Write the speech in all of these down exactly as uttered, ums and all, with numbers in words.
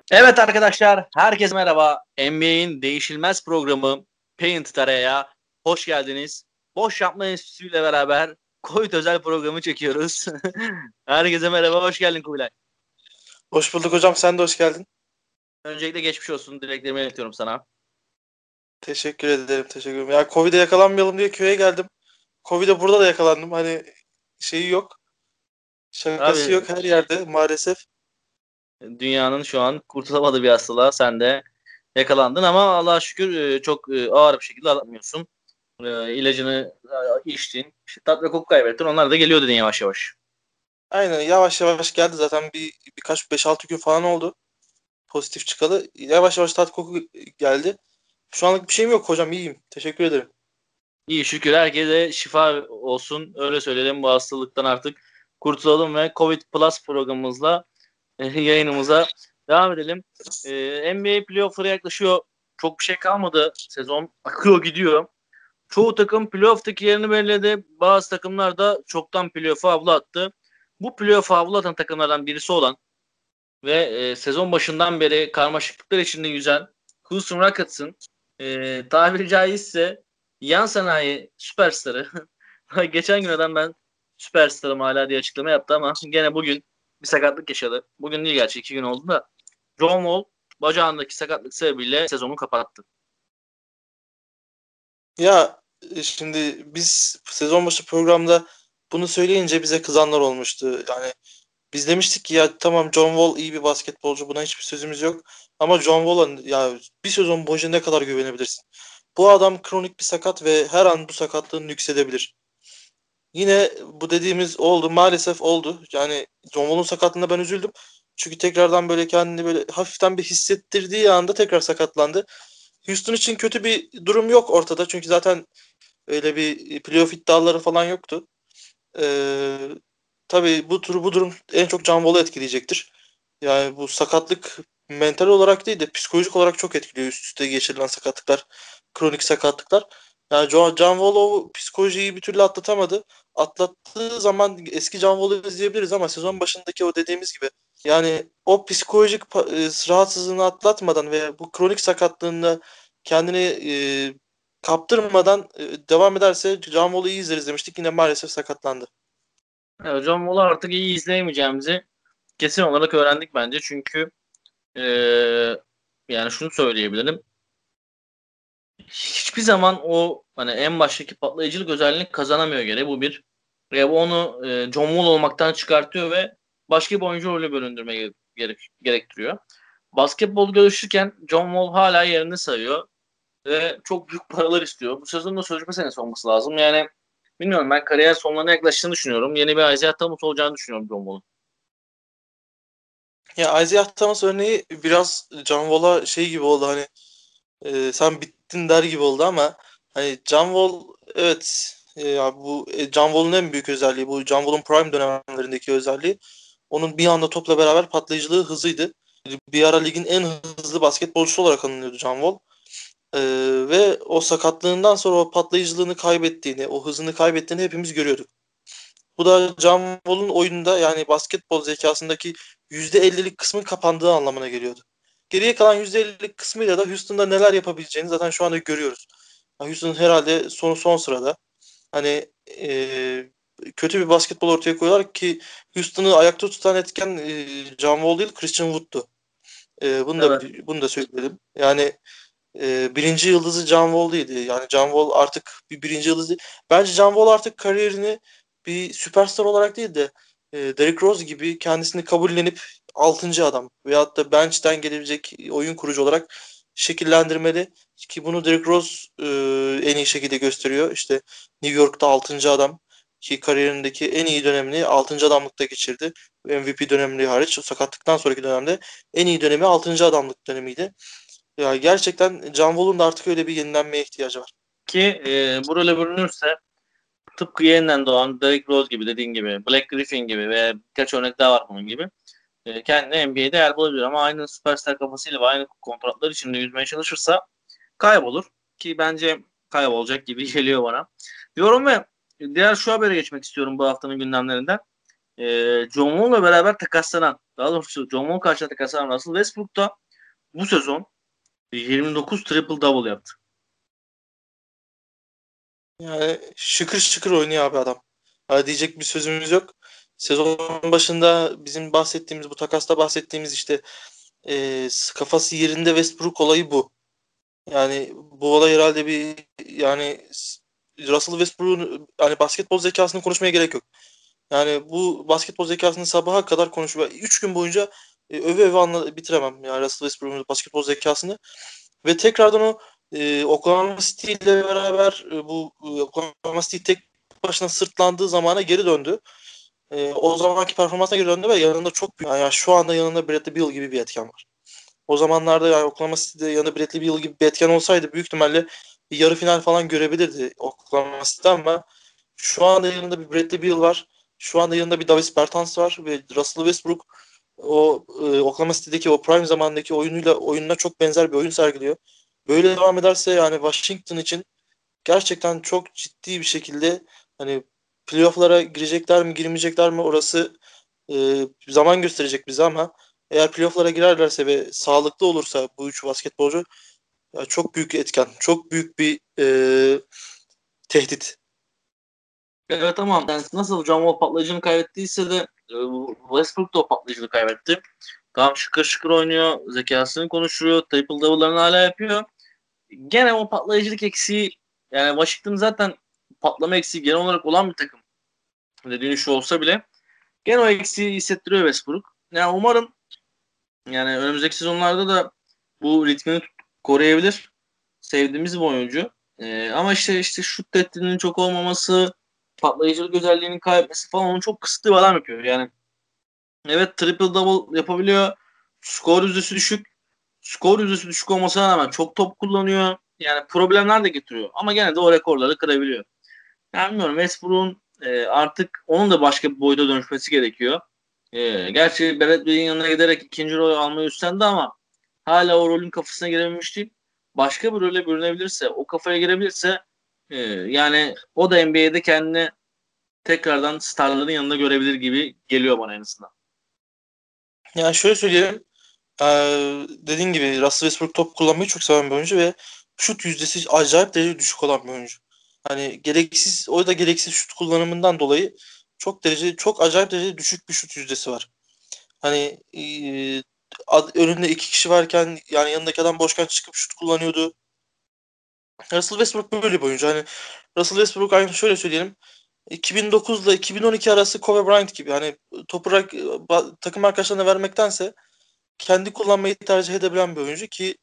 Evet arkadaşlar, herkese merhaba. N B A'in değişilmez programı Painted Area'ya hoş geldiniz. Boş Yapma Enstitüsü ile beraber Covid özel programı çekiyoruz. Herkese merhaba, hoş geldin Kubilay. Hoş bulduk hocam. Sen de hoş geldin. Öncelikle geçmiş olsun, dileklerimi iletiyorum sana. Teşekkür ederim. Teşekkür ederim. Ya Covid'e yakalanmayalım diye köye geldim. Covid'e burada da yakalandım. Hani şeyi yok. Şakası Abi yok her yerde maalesef. dünyanın şu an kurtulamadığı bir hastalığa sen de yakalandın ama Allah'a şükür e, çok e, ağır bir şekilde atlatmıyorsun. E, ilacını e, içtin, işte tat ve koku kaybettin, onlar da geliyor dedin yavaş yavaş. Aynen yavaş yavaş geldi zaten bir birkaç beş altı gün falan oldu. Pozitif çıkalı. Yavaş yavaş tat koku geldi. Şu anlık bir şeyim yok hocam. İyiyim. Teşekkür ederim. İyi şükür herkese şifa olsun. Öyle söyleyelim, bu hastalıktan artık kurtulalım ve Covid Plus programımızla e, yayınımıza devam edelim. E, N B A playoff'ları yaklaşıyor. Çok bir şey kalmadı. Sezon akıyor gidiyor. Çoğu takım playoff'taki yerini belirledi. Bazı takımlar da çoktan playoff'a havlu attı. Bu playoff'a havlu atan takımlardan birisi olan ve e, sezon başından beri karmaşıklıklar içinde yüzen Houston Rockets'ın e, tabiri caizse yan sanayi süperstarı. Geçen gün adam ben süperstarım hala diye açıklama yaptı ama gene bugün bir sakatlık yaşadı. Bugün değil, gerçi iki gün oldu da. John Wall bacağındaki sakatlık sebebiyle sezonu kapattı. Ya e, şimdi biz sezon başı programda bunu söyleyince bize kızanlar olmuştu. Yani biz demiştik ki ya tamam John Wall iyi bir basketbolcu, buna hiçbir sözümüz yok. Ama John Wall'a ya bir sezon boyunca ne kadar güvenebilirsin? Bu adam kronik bir sakat ve her an bu sakatlığın yükselebilir. Yine bu dediğimiz oldu, maalesef oldu. Yani John Wall'un sakatlığında ben üzüldüm. Çünkü tekrardan böyle kendini böyle hafiften bir hissettirdiği anda tekrar sakatlandı. Houston için kötü bir durum yok ortada. Çünkü zaten öyle bir playoff iddiaları falan yoktu. Ee, tabii bu turu bu durum en çok John Wall'u etkileyecektir. Yani bu sakatlık mental olarak değil de psikolojik olarak çok etkiliyor üst üste geçirilen sakatlıklar, kronik sakatlıklar. Yani John, John Wall o psikolojiyi bir türlü atlatamadı. Atlattığı zaman eski John Wall'u izleyebiliriz ama sezon başındaki o dediğimiz gibi yani o psikolojik pa- e, rahatsızlığını atlatmadan ve bu kronik sakatlığında kendini e, kaptırmadan e, devam ederse John Wall'u iyi izleriz demiştik. Yine maalesef sakatlandı. Evet, John Wall'u artık iyi izleyemeyeceğimizi kesin olarak öğrendik bence. Çünkü e, yani şunu söyleyebilirim. Hiçbir zaman o hani en baştaki patlayıcılık özelliğini kazanamıyor gene. Bu bir. Ve bu onu e, John Wall olmaktan çıkartıyor ve başka bir oyuncu rolü büründürme gerek, gerektiriyor. Basketbol görüşürken John Wall hala yerini sayıyor ve çok büyük paralar istiyor. Bu sezonun da sözleşme senesi olması lazım. Yani bilmiyorum, ben kariyer sonlarına yaklaştığını düşünüyorum. Yeni bir Isaiah Thomas olacağını düşünüyorum John Wall'un. Ya Isaiah Thomas örneği biraz John Wall'a şey gibi oldu, hani e, sen bittin der gibi oldu ama hani John Wall, evet, e, ya bu e, John Wall'un en büyük özelliği, bu John Wall'un prime dönemlerindeki özelliği onun bir anda topla beraber patlayıcılığı, hızıydı. Bir ara ligin en hızlı basketbolcusu olarak anılıyordu John Wall. E, ve o sakatlığından sonra o patlayıcılığını kaybettiğini, o hızını kaybettiğini hepimiz görüyorduk. Bu da John Wall'un oyunda, yani basketbol zekasındaki yüzde ellilik kısmın kapandığı anlamına geliyordu. Geriye kalan yüzde ellilik kısmıyla da Houston'da neler yapabileceğini zaten şu anda görüyoruz. Houston herhalde son son sırada. Hani eee, kötü bir basketbol ortaya koyuyorlar ki Houston'ı ayakta tutan etken eee John Wall değil, Christian Wood'tu. Eee, bunu da Evet. bunu da söyleyelim. Yani eee, birinci yıldızı John Wall değildi. Yani John Wall artık bir birinci yıldız değil. Bence John Wall artık kariyerini bir süperstar olarak değil de eee Derrick Rose gibi kendisini kabullenip altıncı adam veyahut da bench'ten gelebilecek oyun kurucu olarak şekillendirmeli, ki bunu Derrick Rose eee, en iyi şekilde gösteriyor. İşte New York'ta altıncı adam, ki kariyerindeki en iyi dönemini altıncı adamlıkta geçirdi. M V P dönemleri hariç o sakatlıktan sonraki dönemde en iyi dönemi altıncı adamlık dönemiydi. Ya gerçekten John Wall'un da artık öyle bir yenilenmeye ihtiyacı var. Ki e, bu role bürünürse tıpkı yeniden doğan Derrick Rose gibi, dediğin gibi Black Griffin gibi ve birkaç örnek daha var bunun gibi. E, kendine N B A'de yer bulabilir ama aynı süperstar kafasıyla ve aynı kontratlar içinde yüzmeye çalışırsa kaybolur. Ki bence kaybolacak gibi geliyor bana. Diyorum ve diğer şu habere geçmek istiyorum bu haftanın gündemlerinden. e, John Wall'la beraber takaslanan, daha doğrusu John Wall karşısında takaslanan Russell Westbrook da bu sezon yirmi dokuz triple double yaptı. Yani şıkır şıkır oynuyor abi adam. Ha, diyecek bir sözümüz yok. Sezon başında bizim bahsettiğimiz, bu takasta bahsettiğimiz işte e, kafası yerinde Westbrook olayı bu. Yani bu olay herhalde bir, yani Russell Westbrook'un hani basketbol zekasını konuşmaya gerek yok. Yani bu basketbol zekasını sabaha kadar konuşuyor. Üç gün boyunca e, öve öve anla bitiremem yani Russell Westbrook'un basketbol zekasını. Ve tekrardan o e, Oklahoma City ile beraber e, bu e, Oklahoma City tek başına sırtlandığı zamana geri döndü. E, o zamanki performansına geri döndü ve yanında çok büyük. Yani şu anda yanında Bradley Beal gibi bir etken var. O zamanlarda yani Oklahoma City'de yanında Bradley Beal gibi bir etken olsaydı büyük ihtimalle bir yarı final falan görebilirdi Oklahoma City, ama şu anda yanında bir Bradley Beal var. Şu anda yanında bir Davis Bertans var ve Russell Westbrook o e, Oklahoma City'deki o prime zamandaki oyunuyla oyununa çok benzer bir oyun sergiliyor. Böyle devam ederse yani Washington için gerçekten çok ciddi bir şekilde hani playoff'lara girecekler mi girmeyecekler mi orası e, zaman gösterecek bize, ama eğer playoff'lara girerlerse ve sağlıklı olursa bu üç basketbolcu ya çok büyük etken, çok büyük bir e, tehdit. Evet, ama yani nasıl John Wall patlayıcını kaybettiyse de e, Westbrook da o patlayıcılığı kaybetti. Tamam, şıkır şıkır oynuyor. Zekasını konuşuyor. Triple double'larını hala yapıyor. Gene o patlayıcılık eksiği, yani Washington zaten patlama eksiği genel olarak olan bir takım. Dediğin şu olsa bile gene o eksiği hissettiriyor Westbrook. Yani umarım yani önümüzdeki sezonlarda da bu ritmini koruyabilir. Sevdiğimiz bir oyuncu. Ee, ama işte işte şut tehdidinin çok olmaması, patlayıcılık özelliğinin kaybetmesi falan onu çok kısıtlı bir adam yapıyor. Yani evet, triple double yapabiliyor. Skor yüzdesi düşük. Skor yüzdesi düşük olmasına rağmen çok top kullanıyor. Yani problemler de getiriyor. Ama gene de o rekorları kırabiliyor. Yani bilmiyorum, Westbrook'un e, artık onun da başka bir boyuta dönüşmesi gerekiyor. E, gerçi Bradley'in yanına giderek ikinci rol almayı üstlendi ama hala o rolün kafasına girememiş değil. Başka bir role bürünebilirse, o kafaya girebilirse e, yani o da N B A'de kendini tekrardan starların yanında görebilir gibi geliyor bana en azından. Yani şöyle söyleyelim. Ee, dediğin gibi Russell Westbrook top kullanmayı çok seven bir oyuncu ve şut yüzdesi acayip derecede düşük olan bir oyuncu. Hani gereksiz, o da gereksiz şut kullanımından dolayı çok derece çok acayip derecede düşük bir şut yüzdesi var. Hani e, ad- önünde iki kişi varken yani yanındaki adam boşken çıkıp şut kullanıyordu. Russell Westbrook böyle bir oyuncu. Hani Russell Westbrook, aynı şöyle söyleyelim, iki bin dokuz ile iki bin on iki arası Kobe Bryant gibi, hani topu rak- ba- takım arkadaşlarına vermektense kendi kullanmayı tercih edebilen bir oyuncu ki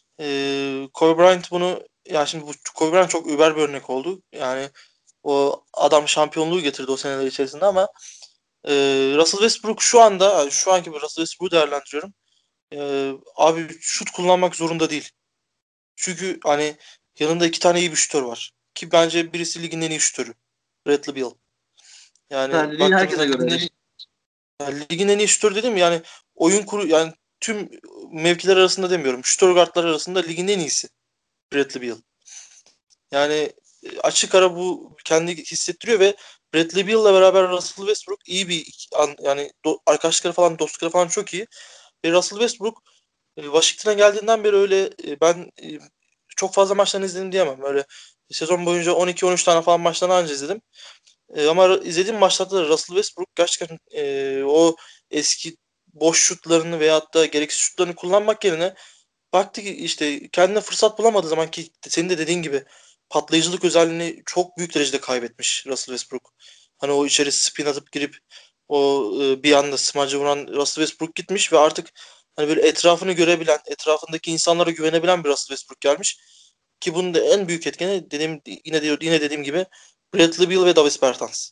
e, Kobe Bryant bunu, ya şimdi bu Kobe Bryant çok über bir örnek oldu. Yani o adam şampiyonluğu getirdi o seneler içerisinde, ama e, Russell Westbrook şu anda, şu anki bir Russell Westbrook'u değerlendiriyorum. E, abi şut kullanmak zorunda değil. Çünkü hani yanında iki tane iyi bir şutör var. Ki bence birisi ligin en iyi şutörü. Bradley Beal. Yani Yani değil, baktığımızda herkese ligin göre en değil. iyi, yani ligin en iyi şutörü dedim, yani oyun kuru, yani tüm mevkiler arasında demiyorum. Şutör guardlar arasında ligin en iyisi Bradley Beal. Yani e, açık ara bu kendi hissettiriyor ve Bradley Beal'la beraber Russell Westbrook iyi bir an, yani do, arkadaşlıkları falan, dostlukları falan çok iyi. Ve Russell Westbrook e, Washington'a geldiğinden beri öyle e, ben e, çok fazla maçlarını izledim diyemem. Öyle sezon boyunca on iki on üç tane falan maçlarını anca izledim. E, ama izlediğim maçlarda da Russell Westbrook gerçekten e, o eski boş şutlarını veyahut da gereksiz şutlarını kullanmak yerine baktı ki işte kendine fırsat bulamadığı zaman, ki senin de dediğin gibi patlayıcılık özelliğini çok büyük derecede kaybetmiş Russell Westbrook. Hani o içeri spin atıp girip o e, bir anda smaçı vuran Russell Westbrook gitmiş ve artık hani böyle etrafını görebilen, etrafındaki insanlara güvenebilen bir Russell Westbrook gelmiş. Ki bunun da en büyük etkeni dediğim, yine diyor yine dediğim gibi Bradley Beal ve Davis Bertans.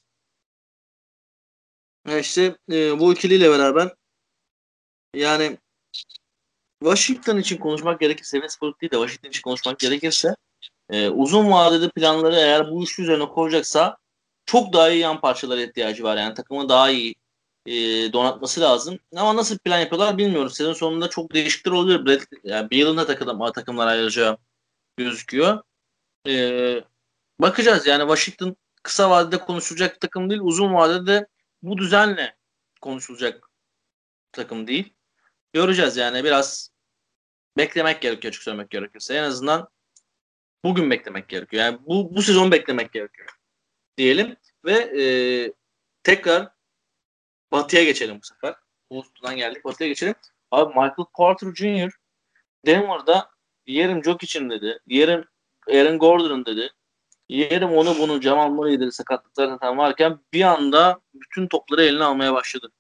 Yani işte e, bu ikiliyle beraber yani Washington için konuşmak gerekirse, Westbrook değil de Washington için konuşmak gerekirse e, uzun vadede planları eğer bu üçlü üzerine koyacaksa çok daha iyi yan parçalara ihtiyacı var. Yani takımı daha iyi e, donatması lazım. Ama nasıl bir plan yapıyorlar bilmiyoruz. Sezon sonunda çok değişiklikler oluyor. Brad, yani bir yılında takım, takımlar ayrılacağı gözüküyor. E, bakacağız. Yani Washington kısa vadede konuşulacak takım değil. Uzun vadede bu düzenle konuşulacak takım değil. Göreceğiz yani, biraz beklemek gerekiyor açık söylemek gerekirse. En azından bugün beklemek gerekiyor. Yani bu, bu sezon beklemek gerekiyor diyelim ve e, tekrar Batı'ya geçelim bu sefer. Boston'dan geldik, Batı'ya geçelim. Abi Michael Porter Junior Denver'da yerim Jokic'im dedi. Yerim Aaron Gordon'un dedi. Yerim onu bunu Jamal Murray dedi, sakatlıklar zaten varken bir anda bütün topları eline almaya başladı.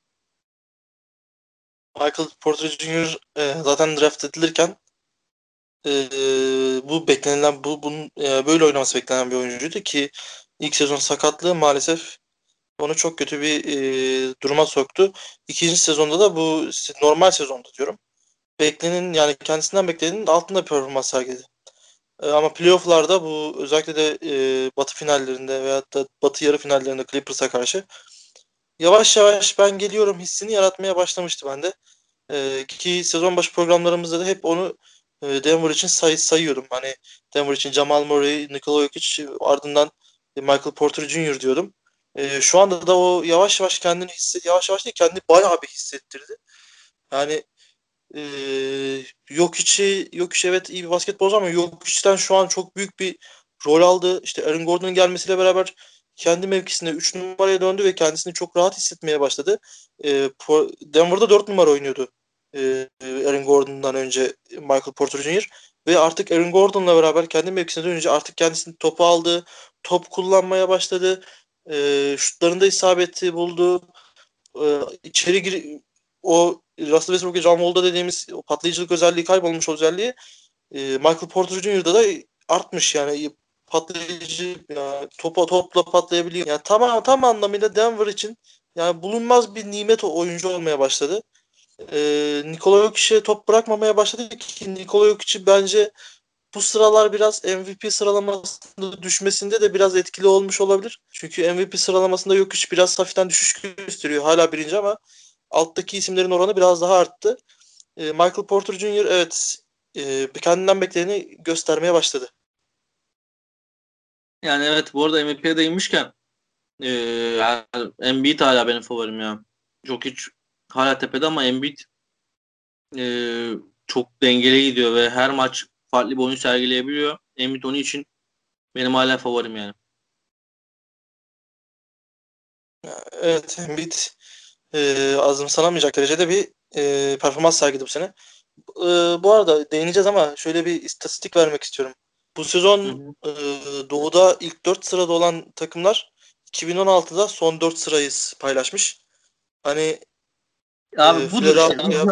Michael Porter Junior e, zaten draft edilirken e, bu beklenilen bu bunun e, böyle oynaması beklenen bir oyuncuydu ki ilk sezon sakatlığı maalesef onu çok kötü bir e, duruma soktu. İkinci sezonda da bu normal sezonda diyorum. Beklenenin yani kendisinden beklenenin altında bir performans sergiledi. E, ama playoff'larda bu özellikle de e, Batı finallerinde veyahut da Batı yarı finallerinde Clippers'a karşı yavaş yavaş ben geliyorum hissini yaratmaya başlamıştı bende. E, ki sezon başı programlarımızda da hep onu e, Denver için say sayıyordum. Hani Denver için Jamal Murray, Nikola Jokic, ardından Michael Porter Junior diyordum. E, şu anda da o yavaş yavaş kendini hisset, yavaş yavaş değil kendini bayağı bir hissettirdi. Yani e, Jokic'i, Jokic evet iyi bir basketbolcu ama Jokic'ten şu an çok büyük bir rol aldı. İşte Aaron Gordon'un gelmesiyle beraber kendi mevkisinde üç numaraya döndü ve kendisini çok rahat hissetmeye başladı. E, Denver'da dört numara oynuyordu. E, Aaron Gordon'dan önce Michael Porter Junior Ve artık Aaron Gordon'la beraber kendi mevkisine dönünce artık kendisini topu aldı. Top kullanmaya başladı. E, şutlarında isabeti buldu. E, içeri gir o Russell Westbrook ve John Wall'da dediğimiz o patlayıcılık özelliği kaybolmuş özelliği e, Michael Porter Junior'da da artmış yani patlayıcı yani topa topla patlayabiliyor. Yani tamam tam anlamıyla Denver için yani bulunmaz bir nimet o oyuncu olmaya başladı. Ee, Nikola Jokic'e top bırakmamaya başladı ki Nikola Jokic'i bence bu sıralar biraz M V P sıralamasında düşmesinde de biraz etkili olmuş olabilir. Çünkü M V P sıralamasında Jokic biraz hafiften düşüş gösteriyor. Hala birinci ama alttaki isimlerin oranı biraz daha arttı. Ee, Michael Porter Junior evet e, kendinden bekleneni göstermeye başladı. Yani evet, bu arada M V P'ye değinmişken e, yani Embiid hala benim favorim ya. Jokic hala tepede ama Embiid e, çok dengeli gidiyor ve her maç farklı bir oyun sergileyebiliyor. Embiid onun için benim hala favorim yani. Evet Embiid e, azımsanamayacak derecede bir e, performans sergiledi bu sene. E, bu arada değineceğiz ama şöyle bir istatistik vermek istiyorum. Bu Hı sezon hı. e, Doğu'da ilk dört sırada olan takımlar iki bin on altıda son dört sırayı paylaşmış. Hani e, Abi budur işte. Philadelphia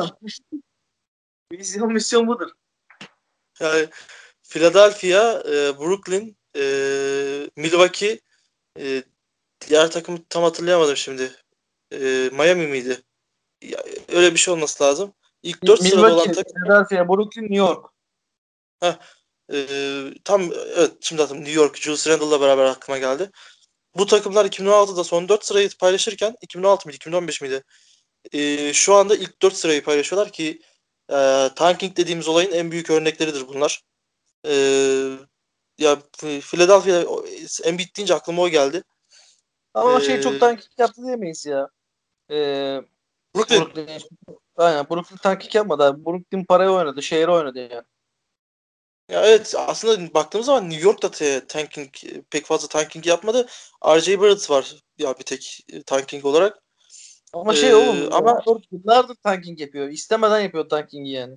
Vizyon misyon budur. yani Philadelphia, e, Brooklyn, e, Milwaukee, e, diğer takımı tam hatırlayamadım şimdi. E, Miami miydi? Ya, öyle bir şey olması lazım. İlk dört sırada olan Milwaukee, takım. Philadelphia, Brooklyn, New York. Heh, e, tam evet şimdi hatırladım. New York, Julius Randle'la beraber aklıma geldi. Bu takımlar iki bin on altıda son dört sırayı paylaşırken iki bin on altı mıydı, iki bin on beş miydi? E, şu anda ilk dört sırayı paylaşıyorlar ki e, tanking dediğimiz olayın en büyük örnekleridir bunlar. E, ya Philadelphia Embiid deyince aklıma o geldi. Ama şey, çok E, tankik yaptı diyemeyiz ya. Ee, Brooklyn. Brooklyn. Aynen, Brooklyn tankik yapmadı abi. Brooklyn parayı oynadı. Şehri oynadı yani. Ya evet aslında baktığımız zaman New York'ta te- tanking pek fazla tanking yapmadı. R J Barrett var ya bir tek e, tanking olarak. Ama şey Ee, oğlum, ama New York yıllardır tanking yapıyor. İstemeden yapıyor tankingi yani.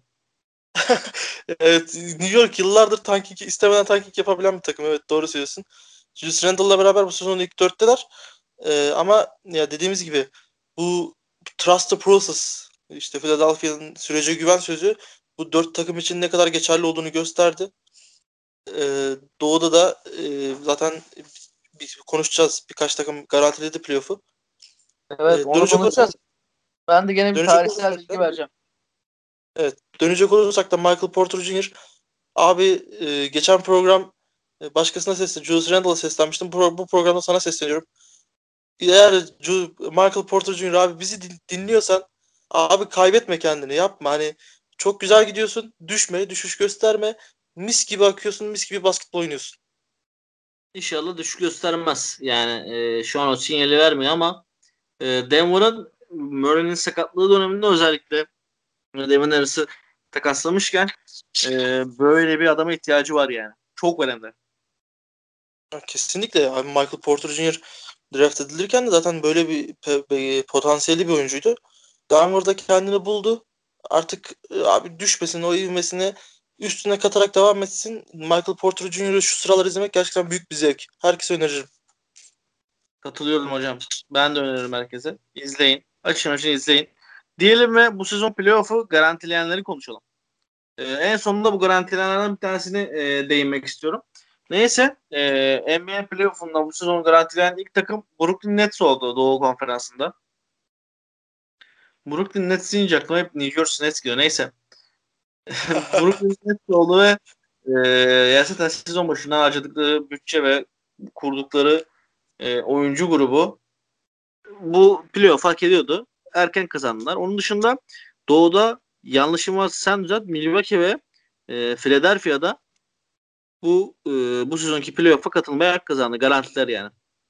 evet New York yıllardır tanking istemeden tanking yapabilen bir takım. Evet doğru söylüyorsun. Julius Randle'la beraber bu sezonun ilk dörtteler. Ee, ama ya dediğimiz gibi bu trust the process işte Philadelphia'nın sürece güven sözü bu dört takım için ne kadar geçerli olduğunu gösterdi. Ee, Doğu'da da e, zaten bir konuşacağız. Birkaç takım garantiledi playoff'u. Evet, Ee, onu dönecek konuşacağız. Ben de gene bir dönecek tarihsel olursak bilgi da vereceğim. evet dönecek olursak da Michael Porter Junior abi e, geçen program e, başkasına seslen Julius Randle'a seslenmiştim. Bu, bu programda sana sesleniyorum. Eğer Ju- Michael Porter Junior abi bizi din- dinliyorsan abi kaybetme kendini yapma. Hani çok güzel gidiyorsun. Düşme, düşüş gösterme. Mis gibi akıyorsun, mis gibi basketbol oynuyorsun. İnşallah düşük göstermez. Yani e, şu an o sinyali vermiyor ama E, Denver'ın Murray'nin sakatlığı döneminde özellikle Devin Harris'ı takaslamışken e, böyle bir adama ihtiyacı var yani. Çok önemli. Kesinlikle. Abi Michael Porter Junior draft edilirken de zaten böyle bir pe- potansiyelli bir oyuncuydu. Denver'da kendini buldu. Artık e, abi düşmesin, o ivmesini üstüne katarak devam etsin. Michael Porter Junior'ı şu sıralar izlemek gerçekten büyük bir zevk. Herkese öneririm. Katılıyorum hocam. Ben de öneririm herkese. İzleyin. Açın açın izleyin. Diyelim ve bu sezon playoff'u garantileyenleri konuşalım. Ee, en sonunda bu garantileyenlerden bir tanesini e, değinmek istiyorum. Neyse e, N B A playoff'unda bu sezon garantileyen ilk takım Brooklyn Nets oldu Doğu Konferansı'nda. Brooklyn Nets deyince aklıma hep New Jersey Nets geliyor. Neyse. Brooklyn Nets oldu ve e, zaten sezon başından harcadıkları bütçe ve kurdukları e, oyuncu grubu bu playoff hak ediyordu. Erken kazandılar. Onun dışında Doğu'da yanlışım varsa sen düzelt, Milwaukee ve e, Philadelphia'da bu e, bu sezonki playoff'a katılmaya hak kazandı. Garantiler yani.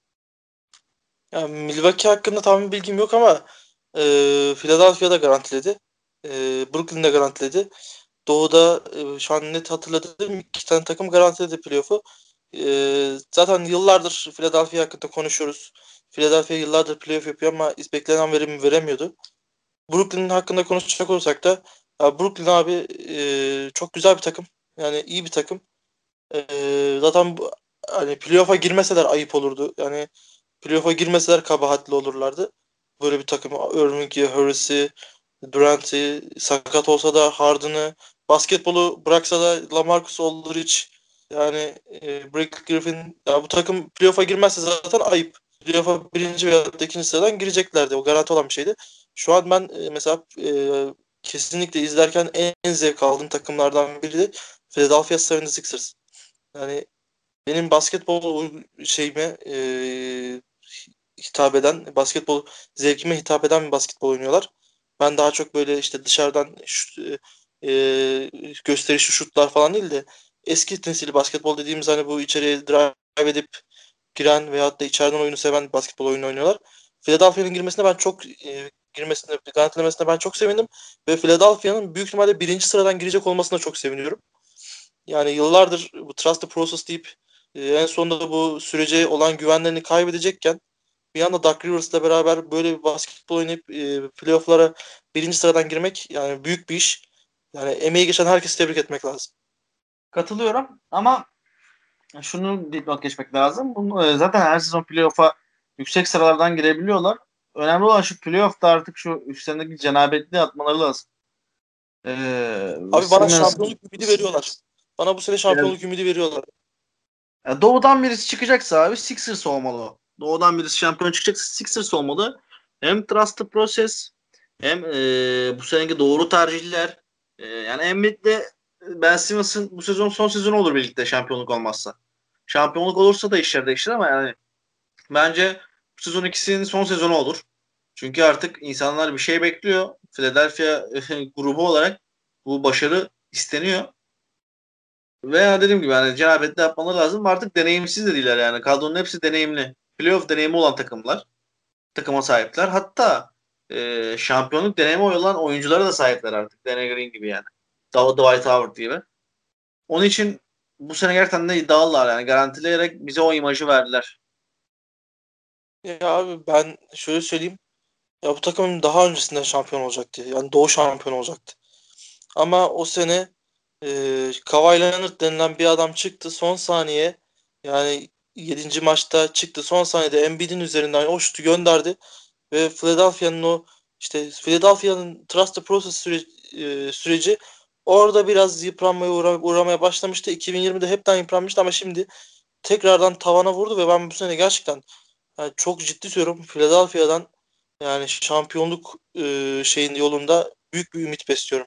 Ya Milwaukee hakkında tam bir bilgim yok ama e, Philadelphia'da garantiledi. E, Brooklyn'de garantiledi. Doğu'da e, şu an net hatırladığım iki tane takım garantiledi playoff'u. E, zaten yıllardır Philadelphia hakkında konuşuyoruz. Philadelphia yıllardır playoff yapıyor ama beklenen verimi veremiyordu. Brooklyn hakkında konuşacak olursak da ya Brooklyn abi e, çok güzel bir takım. Yani iyi bir takım. E, zaten bu, hani playoff'a girmeseler ayıp olurdu. Yani playoff'a girmeseler kabahatli olurlardı. Böyle bir takım Irving'i, Harris'i, Durant'i, sakat olsa da Harden'ı, basketbolu bıraksa da LaMarcus Aldridge, yani e, Blake Griffin, ya bu takım playoff'a girmezse zaten ayıp. Playoff'a birinci veya ikinci sıradan gireceklerdi. O garanti olan bir şeydi. Şu an ben e, mesela e, kesinlikle izlerken en, en zevk aldığım takımlardan biri de Philadelphia yetmiş altı ers. Yani benim basketbol şeyime e, hitap eden, basketbol zevkime hitap eden bir basketbol oynuyorlar. Ben daha çok böyle işte dışarıdan şut, e, gösterişli şutlar falan değil de eski nesil basketbol dediğimiz hani bu içeriye drive edip giren veyahut da içeriden oyunu seven basketbol oyunu oynuyorlar. Philadelphia'nın girmesine ben çok e, girmesine, garantilemesine ben çok sevindim ve Philadelphia'nın büyük ihtimalle birinci sıradan girecek olmasına çok seviniyorum. Yani yıllardır bu trust the process deyip e, en sonunda bu sürece olan güvenlerini kaybedecekken bir anda Doug Rivers'la beraber böyle bir basketbol oynayıp e, playoff'lara birinci sıradan girmek yani büyük bir iş. Yani emeği geçen herkesi tebrik etmek lazım. Katılıyorum ama şunu dipnot geçmek lazım. Bunu, e, zaten her sezon playoff'a yüksek sıralardan girebiliyorlar. Önemli olan şu playoff'ta artık şu üstlerindeki cenabetli atmaları lazım. Ee, Abi bana Simmons, şampiyonluk ümidi veriyorlar. Bana bu sene yani, şampiyonluk ümidi veriyorlar. ya Doğu'dan birisi çıkacaksa abi Sixers olmalı o. Doğu'dan birisi şampiyon çıkacaksa Sixers olmalı. Hem trust the process hem e, bu seneki doğru tercihler. E, yani Embiid'le Ben Simmons'ın bu sezon son sezonu olur birlikte şampiyonluk olmazsa. Şampiyonluk olursa da işler değişir ama yani bence bu sezon ikisinin son sezonu olur. Çünkü artık insanlar bir şey bekliyor. Philadelphia grubu olarak bu başarı isteniyor. Veya dediğim gibi yani cenabetli yapmaları lazım. Artık deneyimsiz de değiller yani. Kadronun hepsi deneyimli. Playoff deneyimi olan takımlar. Takıma sahipler. Hatta e, şampiyonluk deneyimi olan oyunculara da sahipler artık. Danny Green gibi yani. Dav- Dwight Howard gibi. Onun için bu sene gerçekten de iddialılar yani. Garantileyerek bize o imajı verdiler. Ya abi ben şöyle söyleyeyim. Ya bu takım daha öncesinde şampiyon olacaktı. Yani Doğu şampiyon olacaktı. Ama o sene e, Kawhi Leonard denilen bir adam çıktı son saniye, yani yedinci maçta çıktı son saniyede Embiid'in üzerinden o şutu gönderdi ve Philadelphia'nın o işte Philadelphia'nın trust the process süre- e, süreci orada biraz yıpranmaya uğra- uğramaya başlamıştı. iki bin yirmide hepten yıpranmıştı ama şimdi tekrardan tavana vurdu ve ben bu sene gerçekten yani çok ciddi söylüyorum Philadelphia'dan yani şampiyonluk e, şeyin yolunda büyük bir ümit besliyorum.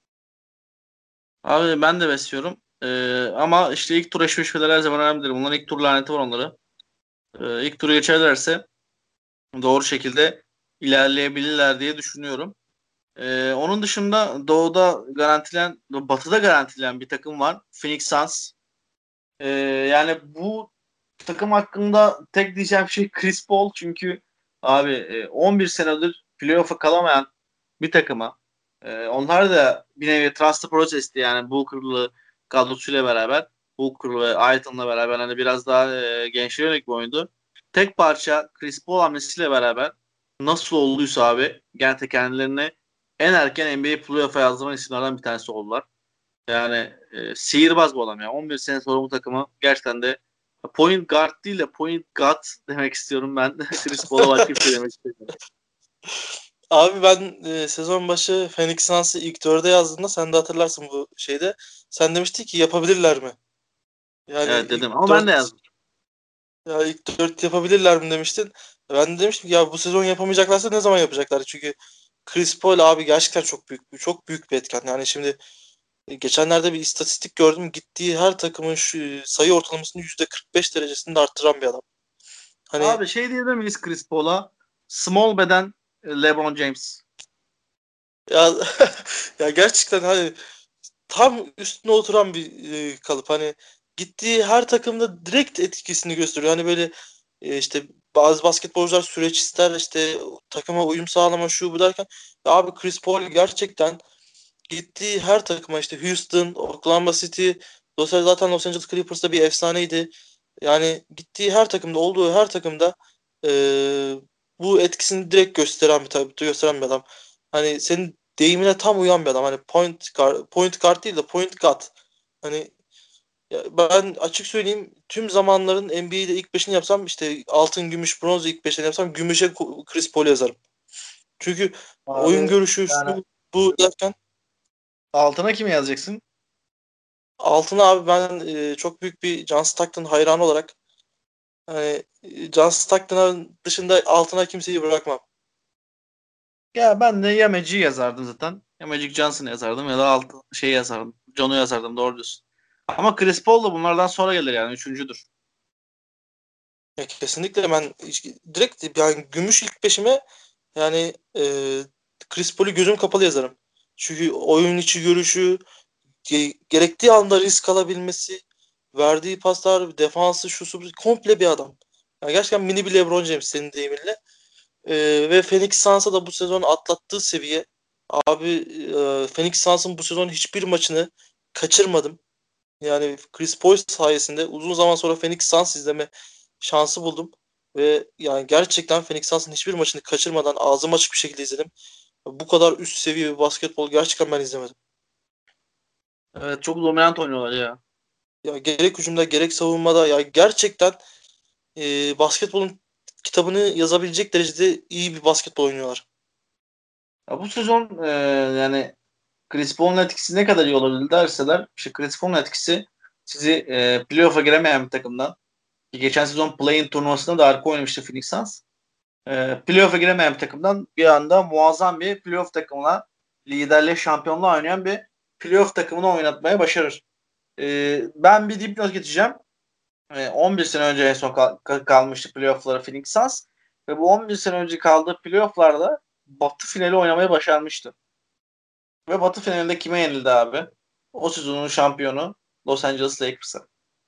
Abi ben de besliyorum. Ee, ama işte ilk tur eşleşmeleri her zaman önemlidir. Bunların ilk tur laneti var onları. Ee, ilk turu geçerlerse doğru şekilde ilerleyebilirler diye düşünüyorum. Ee, onun dışında Doğu'da garantilen, Batı'da garantilen bir takım var. Phoenix Suns. Ee, yani bu takım hakkında tek diyeceğim şey Chris Paul. Çünkü Abi e, on bir senedir playoff'a kalamayan bir takıma e, onlar da bir nevi trust process'ti yani Booker'lı kadrosuyla beraber Booker ve Ayton'la beraber hani biraz daha e, gençlere yönelik bir oyundu. Tek parça Chris Paul hamlesiyle beraber nasıl olduysa abi gerçekten kendilerini en erken N B A playoff'a yazdıran isimlerden bir tanesi oldular. Yani e, sihirbaz bu adam ya. on bir sene sonra bu takımı gerçekten de point guard değil de point god demek istiyorum ben. Chris Paul'a başka bir şey demek istemiyorum. Abi ben e, sezon başı Phoenix Suns'ı ilk dörde yazdığımda sen de hatırlarsın bu şeyde. Sen demiştin ki yapabilirler mi? Yani Evet ilk dedim ama ben de dört yazdım. ya ilk dört yapabilirler mi demiştin. Ben de demiştim ki ya bu sezon yapamayacaklarsa ne zaman yapacaklar? Çünkü Chris Paul abi gerçekten çok büyük çok büyük bir etken. Yani şimdi e, geçenlerde bir istatistik gördüm. Gittiği her takımın şu sayı ortalamasını yüzde kırk beş derecesinde arttıran bir adam. Hani Abi şey diyebilir miyiz Chris Paul'a? Small beden e, LeBron James. ya ya gerçekten hani tam üstüne oturan bir e, kalıp. Hani gittiği her takımda direkt etkisini gösteriyor. Hani böyle e, işte bazı basketbolcular süreç ister işte takıma uyum sağlama şu bu derken ya abi Chris Paul gerçekten gittiği her takıma işte Houston, Oklahoma City, Los zaten Los Angeles Clippers'ta bir efsaneydi. Yani gittiği her takımda olduğu her takımda e, bu etkisini direkt gösteren bir tabii gösteren bir adam. Hani senin deyimine tam uyan bir adam. Hani point guard, point guard değil de point guard. Hani ya ben açık söyleyeyim tüm zamanların N B A'de ilk beşini yapsam işte altın, gümüş, bronz ilk beşini yapsam gümüşe Chris Paul yazarım. Çünkü oyun Abi görüşü yani şu bu derken altına kimi yazacaksın? altına abi ben e, çok büyük bir John Stockton hayranı olarak hani e, John Stockton'ın dışında altına kimseyi bırakmam. Ya ben de ya Magic'i yazardım zaten. Ya Magic Johnson'ı yazardım ya da alt şey yazardım. John'u yazardım doğru diyorsun. Ama Chris Paul da bunlardan sonra gelir yani üçüncüdür. Ya kesinlikle ben hiç- direkt yani gümüş ilk beşime yani e, Chris Paul'ü gözüm kapalı yazarım. Çünkü oyun içi görüşü, ge- gerektiği anda risk alabilmesi, verdiği paslar, defansı, şusu busu, komple bir adam. Yani gerçekten mini bir LeBron James senin deyiminle. E, ve Phoenix Suns'a da bu sezon atlattığı seviye. Abi e, Phoenix Suns'ın bu sezon hiçbir maçını kaçırmadım. Yani Chris Paul sayesinde uzun zaman sonra Phoenix Suns izleme şansı buldum. Ve yani gerçekten Phoenix Suns'ın hiçbir maçını kaçırmadan ağzım açık bir şekilde izledim. Bu kadar üst seviye bir basketbol gerçekten ben izlemedim. Evet çok dominant oynuyorlar ya. Ya gerek hücumda gerek savunmada ya gerçekten e, basketbolun kitabını yazabilecek derecede iyi bir basketbol oynuyorlar. Ya bu sezon e, yani Chris Paul'un etkisi ne kadar iyi olabilir derseler işte Chris Paul'un etkisi sizi e, playoff'a giremeyen bir takımdan ki geçen sezon play-in turnuvasında da harika oynamıştı Phoenix Suns. E, playoff'a giremeyen bir takımdan bir anda muazzam bir playoff takımına liderliğe şampiyonluğa oynayan bir playoff takımını oynatmaya başarır. E, ben bir dipnot geçeceğim. E, on bir sene önce en son kal- kal- kalmıştı playoff'lara Phoenix Suns ve bu on bir sene önce kaldığı playoff'larda Batı finali oynamayı başarmıştı. Ve Batı finalinde kime yenildi abi? O sezonun şampiyonu Los Angeles Lakers'a.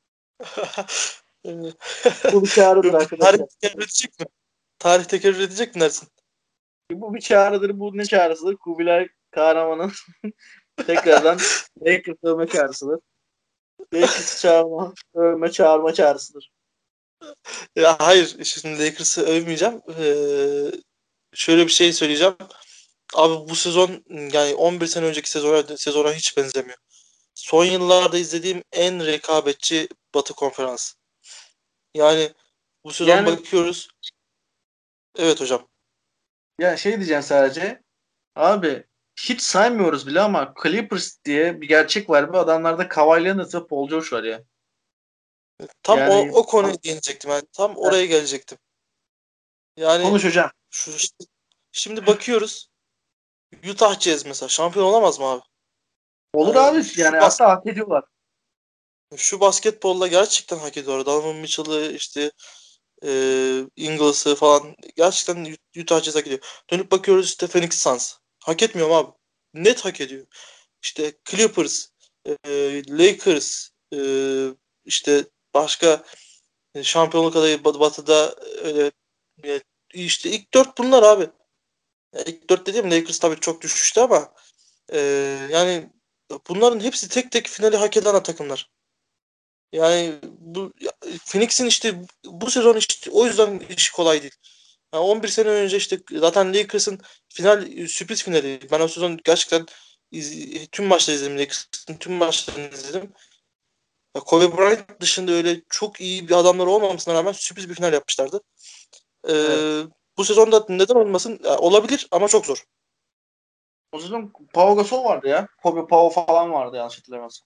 E, Bu bir çağrıdır Tarih arkadaşlar. tekrar edecek mi? Tarih tekrar edecek mi dersin? Bu bir çağrıdır. Bu ne çağrısıdır? Kubilay Kahraman'ın tekrardan Lakers övme çağrısıdır. Lakers'ı çağırma, övme çağırma çağrısıdır. Ya hayır, şimdi Lakers'ı övmeyeceğim. Ee, şöyle bir şey söyleyeceğim. Abi bu sezon yani on bir sene önceki sezona, sezona hiç benzemiyor. Son yıllarda izlediğim en rekabetçi Batı Konferansı. Yani bu sezon Yani bakıyoruz. Evet hocam. ya şey diyeceğim sadece. Abi hiç saymıyoruz bile ama Clippers diye bir gerçek var. Bu adamlarda Kawhi Leonard ve Paul George var ya. Tam o, Yani o konuya değinecektim. Yani tam oraya gelecektim. Yani konuş hocam. şu şimdi bakıyoruz. Utah Jazz mesela şampiyon olamaz mı abi? Olur Yani abi şu yani bas hatta hak ediyorlar. şu basketbolla gerçekten hak ediyor. Donovan Mitchell'ı işte e, Ingles'ı falan gerçekten Utah Jazz hak ediyor. Dönüp bakıyoruz işte Phoenix Suns. Hak etmiyor mu abi? Net hak ediyor. İşte Clippers, e, Lakers, e, işte başka e, şampiyonluk adayı Bat- Batı'da öyle e, işte ilk dört bunlar abi. Ya ilk dört dediğim Lakers tabii çok düşüştü ama e, yani bunların hepsi tek tek finali hak eden takımlar. Yani bu ya, Phoenix'in işte bu sezon işte o yüzden işi kolay değil. Yani on bir sene önce işte zaten Lakers'ın final sürpriz finali. Ben o sezon gerçekten iz- tüm maçları izledim. Lakers'ın tüm maçlarını izledim. Ya Kobe Bryant dışında öyle çok iyi bir adamları olmamasına rağmen sürpriz bir final yapmışlardı. Evet. Ee, bu sezonda neden olmasın? Ya, olabilir ama çok zor. O sezon Pau Gasol vardı ya. Kobe Pau falan vardı yanlış hatırlamıyorsam.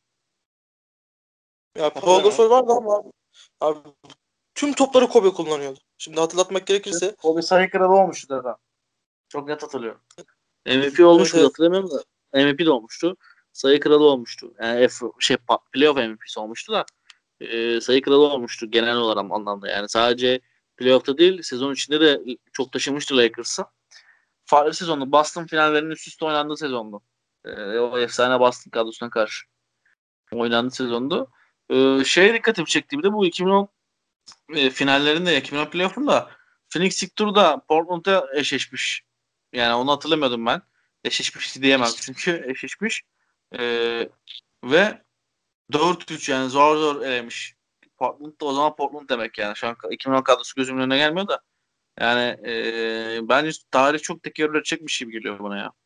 Ya Pau Hatırlamıyorum. Gasol vardı ama abi, tüm topları Kobe kullanıyordu. Şimdi hatırlatmak gerekirse Kobe sayı kralı olmuştu da. Çok net hatırlıyorum. M V P olmuş evet, mu evet. hatırlamıyorum da. M V P de olmuştu. Sayı kralı olmuştu. Yani F, şey pa- playoff M V P'si olmuştu da e, sayı kralı olmuştu genel olarak anlamda. Yani sadece playoff'ta değil sezon içinde de çok taşımıştı Lakers'ı. Farklı sezondu. Boston finallerinin üst üste oynandığı sezondu. E, o efsane Boston kadrosuna karşı oynandığı sezondu. E, şeye dikkatimi çekti bir de bu iki bin on e, finallerinde iki bin on playoff'unda Phoenix ilk turda Portland'a eşleşmiş. Yani onu hatırlamıyordum ben. Eşleşmiş diyemem çünkü eşleşmiş. E, ve dört üç yani zor zor elemiş. Portland da o zaman Portland demek yani. Şu an iki bin on kadrosu gözümün önüne gelmiyor da. Yani e, bence tarih çok tekerrür edecekmiş gibi geliyor bana ya.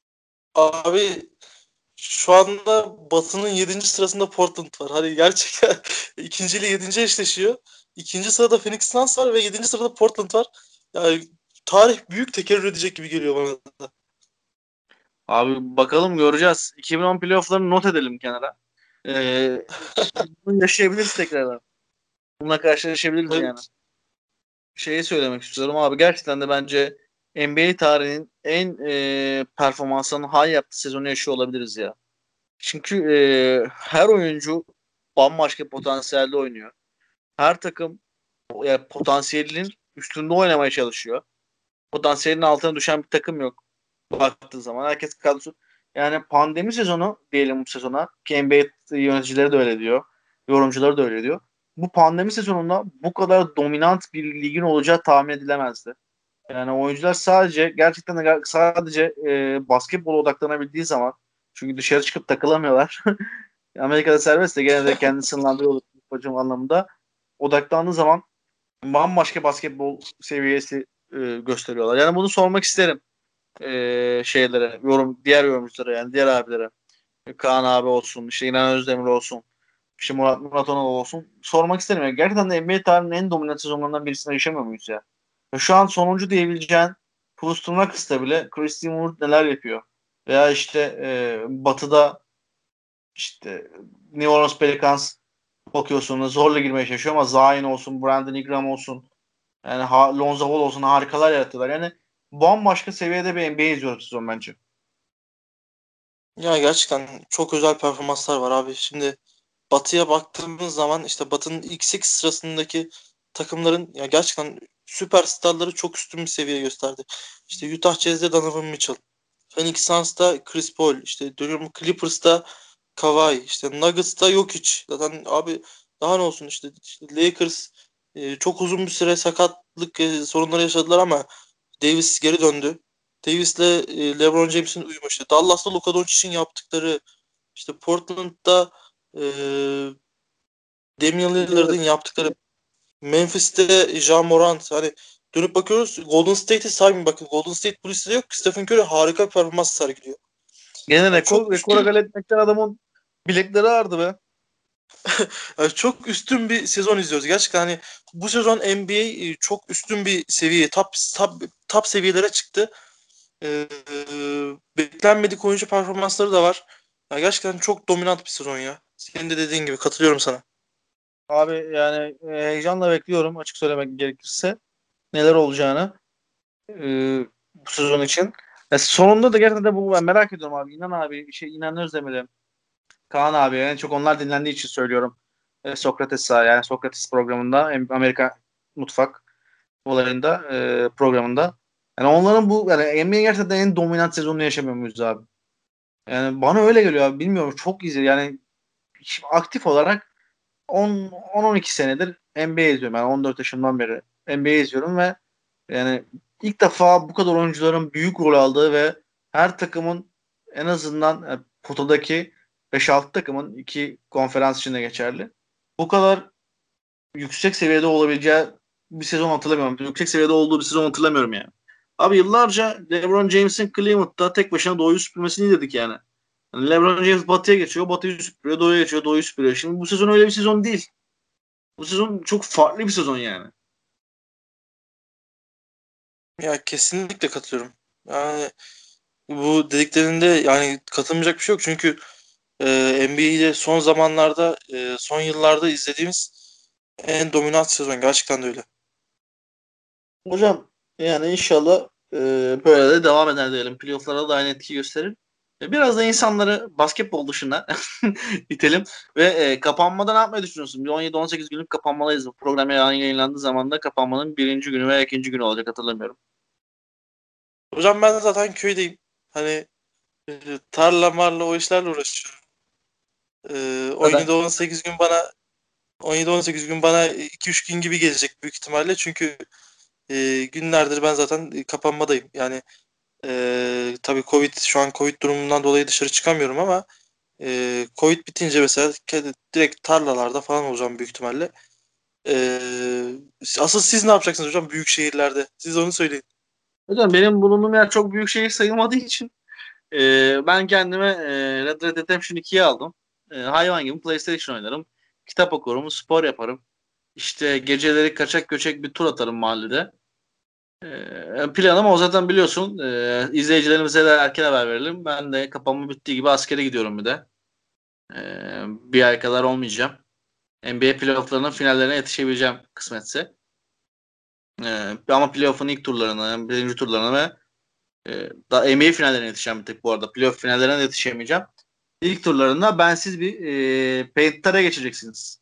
Abi şu anda Batı'nın yedinci sırasında Portland var. Hani gerçekten ikinci ile yedinci eşleşiyor. İkinci sırada Phoenix Suns var ve yedinci sırada Portland var. Yani tarih büyük tekerrür edecek gibi geliyor bana da. Abi bakalım göreceğiz. iki bin on playoff'larını not edelim kenara. E, bunu yaşayabiliriz tekrardan. Bununla karşılaşabiliriz yani. Evet. Şeyi söylemek istiyorum abi. Gerçekten de bence N B A tarihinin en e, performansının high yaptığı sezonu yaşıyor olabiliriz ya. Çünkü e, her oyuncu bambaşka potansiyelde oynuyor. Her takım yani potansiyelinin üstünde oynamaya çalışıyor. Potansiyelin altına düşen bir takım yok baktığı zaman. Herkes kadrosu. Yani pandemi sezonu diyelim bu sezona ki N B A yöneticileri de öyle diyor. Yorumcuları da öyle diyor. Bu pandemi sezonunda bu kadar dominant bir ligin olacağı tahmin edilemezdi. Yani oyuncular sadece gerçekten de sadece e, basketbola odaklanabildiği zaman çünkü dışarı çıkıp takılamıyorlar. Amerika'da serbest de gene de kendini sınırlandırıyor hocam anlamında. Odaklandığı zaman bambaşka basketbol seviyesi e, gösteriyorlar. Yani bunu sormak isterim e, şeylere, yorum diğer yorumculara yani diğer abilere. Kaan abi olsun, işte İnan Özdemir olsun, işte Murat Murat Onal olsun. Sormak isterim. Yani gerçekten de N B A tarihinin en dominant sezonlarından birisinde yaşamıyor muyuz ya? Ya şu an sonuncu diyebileceğin Houston Rockets'ta bile Christian Wood neler yapıyor? Veya işte e, Batı'da işte New Orleans Pelicans bakıyorsun zorla girmeye çalışıyor ama Zion olsun, Brandon Ingram olsun, yani ha, Lonzo Ball olsun harikalar yaratıyorlar. Yani bambaşka seviyede bir N B A izliyoruz sezon bence. Ya gerçekten çok özel performanslar var abi. Şimdi Batı'ya baktığımız zaman işte Batı'nın ilk sekiz sırasındaki takımların ya gerçekten süperstarları çok üstün bir seviye gösterdi. İşte Utah Jazz'de Donovan Mitchell, Phoenix Suns'ta Chris Paul, işte dönüyorum Clippers'ta Kawhi, işte Nuggets'ta Jokic. Zaten abi daha ne olsun işte, işte Lakers e, çok uzun bir süre sakatlık e, sorunları yaşadılar ama Davis geri döndü. Davis'le e, LeBron James'in uyumu işte. Dallas'ta Luka Doncic'in yaptıkları, işte Portland'da e, Damian Evet. Lillard'ın yaptıkları, Memphis'te Ja Morant, hani dönüp bakıyoruz Golden State'i saymayın, bakın Golden State bu listede yok. Stephen Curry harika bir performans sergiliyor. Gene Yani rekor, çok rekora üstün gal etmekten adamın bilekleri ağrıdı be. yani çok üstün bir sezon izliyoruz. Gerçekten hani bu sezon N B A e, çok üstün bir seviye, top top top seviyelere çıktı. Ee, beklenmedik oyuncu performansları da var. Ya gerçekten çok dominant bir sezon ya. Senin de dediğin gibi katılıyorum sana. Abi yani e, heyecanla bekliyorum açık söylemek gerekirse neler olacağını e, bu sezon için. E, sonunda da gerçekten de bu ben merak ediyorum abi. İnan abi, şey İnan Özdemir'e, Kaan abi en çok onlar dinlendiği için söylüyorum. E, Sokrates yani Sokrates programında em- Amerika Mutfak olayında e, programında. Yani onların bu yani N B A'in gerçekten en dominant sezonunu yaşamıyor muyuz abi? Yani bana öyle geliyor abi. Bilmiyorum çok izle yani şimdi aktif olarak on on iki senedir N B A izliyorum. Yani on dört yaşımdan beri N B A izliyorum ve Yani ilk defa bu kadar oyuncuların büyük rol aldığı ve her takımın en azından e, potadaki beş altı takımın iki konferans içinde geçerli. Bu kadar yüksek seviyede olabileceği bir sezon hatırlamıyorum. Yüksek seviyede olduğu bir sezon hatırlamıyorum yani. Abi yıllarca LeBron James'in Cleveland'da tek başına Doğu'yu süpürmesini izledik yani. Yani LeBron James Batı'ya geçiyor, Batı'yı süpürüyor, Doğu'ya geçiyor, Doğu'yu süpürüyor. Şimdi bu sezon öyle bir sezon değil. Bu sezon çok farklı bir sezon yani. Ya kesinlikle katılıyorum. Yani bu dediklerinde yani katılmayacak bir şey yok. Çünkü e, N B A'de son zamanlarda, e, son yıllarda izlediğimiz en dominant sezon. Gerçekten de öyle. Hocam yani inşallah e, böyle de devam eder diyelim. Playoff'lara da aynı etki gösterir. E, biraz da insanları basketbol dışına itelim ve e, kapanmada ne yapmayı düşünüyorsun? Bir on yedi on sekiz günlük kapanmalıyız. Bu program yayınlandığı zaman da kapanmanın birinci günü veya ikinci günü olacak hatırlamıyorum. Hocam ben de zaten köydeyim. Hani e, tarla marla o işlerle uğraşıyorum. E, Zaten on yedi on sekiz gün bana on yedi on sekiz gün bana iki üç gün gibi gelecek büyük ihtimalle. Çünkü e, günlerdir ben zaten e, kapanmadayım. Yani e, tabii Covid şu an Covid durumundan dolayı dışarı çıkamıyorum ama e, Covid bitince mesela kedi- direkt tarlalarda falan olacağım büyük ihtimalle. E, asıl siz ne yapacaksınız hocam büyük şehirlerde? Siz onu söyleyin. hocam benim bulunduğum yer çok büyük şehir sayılmadığı için e, ben kendime e, Red Dead Redemption ikiyi aldım. E, hayvan gibi PlayStation oynarım. Kitap okurum, spor yaparım. İşte geceleri kaçak göçek bir tur atarım mahallede. Ee, planım o zaten biliyorsun. Ee, izleyicilerimize de erken haber verelim. Ben de kapanma bittiği gibi askere gidiyorum bir de. Ee, bir ay kadar olmayacağım. N B A playofflarının finallerine yetişebileceğim kısmetse. Ee, ama playoff'un ilk turlarına, yani birinci turlarına ve e, da N B A finallerine yetişeceğim bir tek bu arada. Playoff finallerine yetişemeyeceğim. İlk turlarında bensiz bir e, paint'lere geçeceksiniz.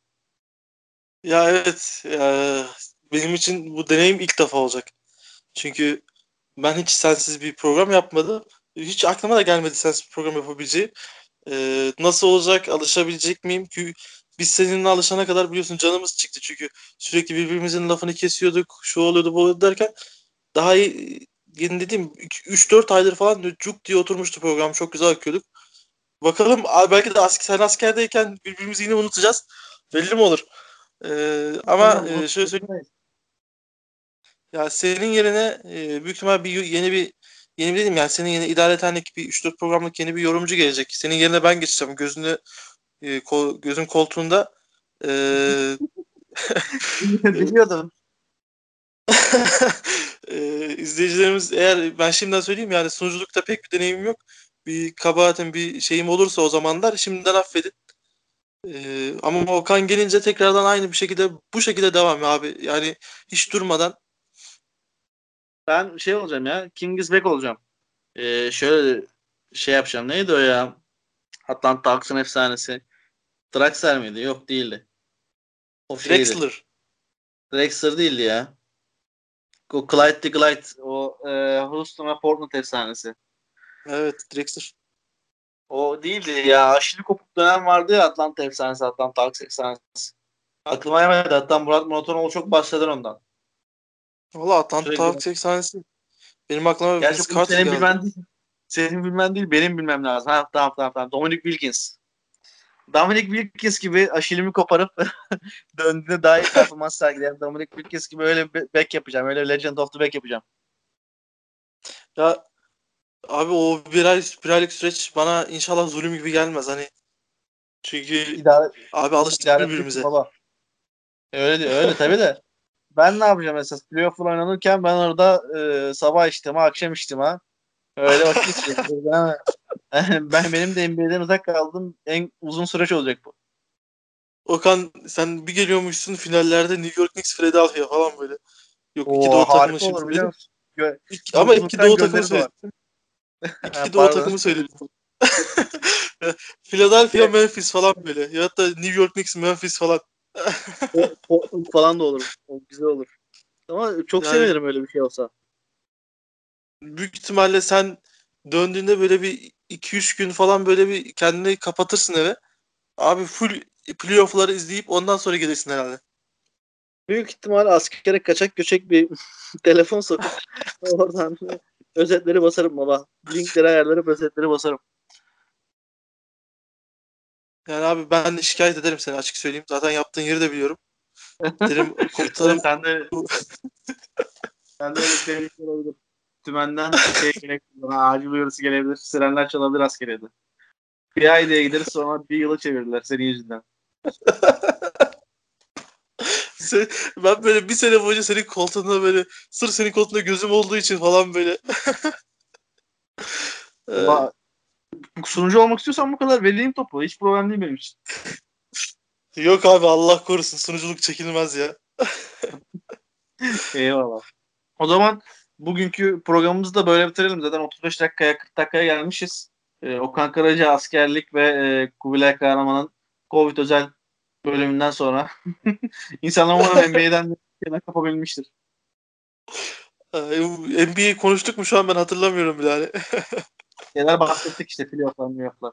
Ya evet, ya, benim için bu deneyim ilk defa olacak. Çünkü ben hiç sensiz bir program yapmadım. Hiç aklıma da gelmedi sensiz bir program yapabileceğim. Ee, nasıl olacak, alışabilecek miyim? Çünkü biz seninle alışana kadar biliyorsun canımız çıktı. Çünkü sürekli birbirimizin lafını kesiyorduk, şu oluyordu, bu oluyordu derken daha iyi, yeni dediğim üç dört aydır falan cuk diye oturmuştu program. Çok güzel akıyorduk. Bakalım abi belki de asker, sen askerdeyken birbirimizi yine unutacağız. Belli mi olur? Ee, ama Hocam e, unut- şöyle söyleyeyim. unutmayız. Ya senin yerine e, büyük ihtimal bir yeni bir yeni bir dedim yani senin yerine idaretenlik bir üç dört programlık yeni bir yorumcu gelecek. Senin yerine ben geçeceğim. Gözünü e, kol, gözün koltuğunda e, Biliyordum. e, izleyicilerimiz eğer ben şimdiden söyleyeyim yani sunuculukta pek bir deneyimim yok. Bir kabahatim bir şeyim olursa o zamanlar şimdiden affedin. E, ama Okan gelince tekrardan aynı bir şekilde bu şekilde devam abi. Yani hiç durmadan. Ben şey olacağım ya. King is back olacağım. Ee, şöyle şey yapacağım. Neydi o ya? Atlanta Hawks'ın efsanesi. Draxler miydi? Yok değildi. O şeydi. Drexler. Drexler değildi ya. O Clyde the Glide. O e, Houston ve Portland efsanesi. Evet, Drexler. O değildi ya. Aşırı kopuk dönem vardı ya Atlanta efsanesi. Atlanta Hawks efsanesi. Aklıma gelmedi. Hatta Murat Muratonoğlu çok bahseder ondan. Valla Atlanta Sürekli. Hawks efsanesi. Benim aklıma Vince Gerçi bunu Carter senin geldi. bilmen değil. Senin bilmen değil. Benim bilmem lazım. Ha, tamam tamam tamam. Dominic Wilkins. Dominic Wilkins gibi aşilimi koparıp döndüğünde daha iyi performans sergileyen Dominic Wilkins gibi öyle bir back yapacağım. Öyle Legend of the Back yapacağım. Ya abi o bir ay bir aylık süreç bana inşallah zulüm gibi gelmez hani. Çünkü İdare, abi alıştık idare edeceksin birbirimize. baba. Öyle diyor. Öyle tabii de. Ben ne yapacağım esas? Playoff'lar oynanırken ben orada e, sabah içtima, akşam içtima. Öyle vakit geçireceğim. Ben, ben benim de N B A'den uzak kaldığım en uzun süreç olacak bu. Okan sen bir geliyormuşsun finallerde New York Knicks Philadelphia falan böyle. Yok iki O doğu takımı harika şimdi olur biliyor söyledim. musun? Gö İki, ama iki mutluluktan doğu takımı gözlerim dolar. söyledim. İki doğu Pardon. takımı söyledim. Philadelphia Direkt Memphis falan böyle. Ya da New York Knicks Memphis falan. Po- Portland falan da olur. O güzel olur. Ama çok Yani sevinirim öyle bir şey olsa. büyük ihtimalle sen döndüğünde böyle bir iki üç gün falan böyle bir kendini kapatırsın eve. Abi full playoff'ları izleyip ondan sonra gelirsin herhalde. büyük ihtimal askere kaçak göçek bir telefon sokup oradan özetleri basarım baba. Linkleri ayarlarım, özetleri basarım. Yani abi ben şikayet ederim seni, açık söyleyeyim. Zaten yaptığın yeri de biliyorum. Derim komutanım. Sen de sen de öyle bir şey olabilir. Tümenden şey gerek bana acil uyarısı gelebilir. Sirenler çalabilir askeriyede. Bir ay diye gideriz sonra bir yılı çevirdiler senin yüzünden. Sen- ben böyle bir sene boyunca senin koltuğunda böyle sırf senin koltuğunda gözüm olduğu için falan böyle. Ee, Baba, sunucu olmak istiyorsan bu kadar vereyim topu. Hiç problem değil benim için. Yok abi, Allah korusun, sunuculuk çekilmez ya. Eyvallah. O zaman bugünkü programımızı da böyle bitirelim. Zaten otuz beş dakikaya kırk dakikaya gelmişiz. Ee, Okan Karaca askerlik ve e, Kubilay Kahraman'ın Covid özel bölümünden sonra insanlar umarım N B A'den kenar kapabilmiştir. Ee, N B A konuştuk mu şu an, ben hatırlamıyorum bile hani. Neler bahsettik işte playoff'lar, playoff'lar.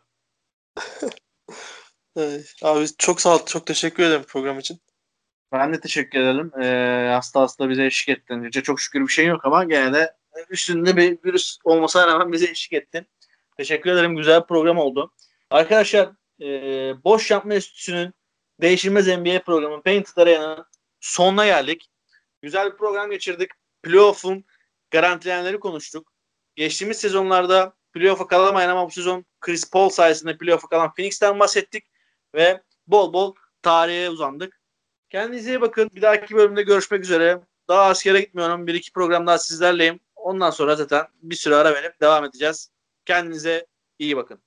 Ee, Abi çok sağ ol, çok teşekkür ederim program için. Ben de teşekkür ederim. Ee, hasta hasta bize eşlik ettin. Önce çok şükür bir şey yok ama gene de üstünde bir virüs olmasına rağmen bize eşlik ettin. Teşekkür ederim. Güzel bir program oldu. Arkadaşlar e, Boş Yapma Enstitüsü'nün Değişilmez N B A programı Painted Arena'nın sonuna geldik. Güzel bir program geçirdik. Playoff'un garantilenleri konuştuk. Geçtiğimiz sezonlarda playoff'a kalamayan ama bu sezon Chris Paul sayesinde playoff'a kalan Phoenix'ten bahsettik ve bol bol tarihe uzandık. Kendinize iyi bakın. Bir dahaki bölümde görüşmek üzere. Daha askere gitmiyorum. Bir iki program daha sizlerleyim. Ondan sonra zaten bir süre ara verip devam edeceğiz. Kendinize iyi bakın.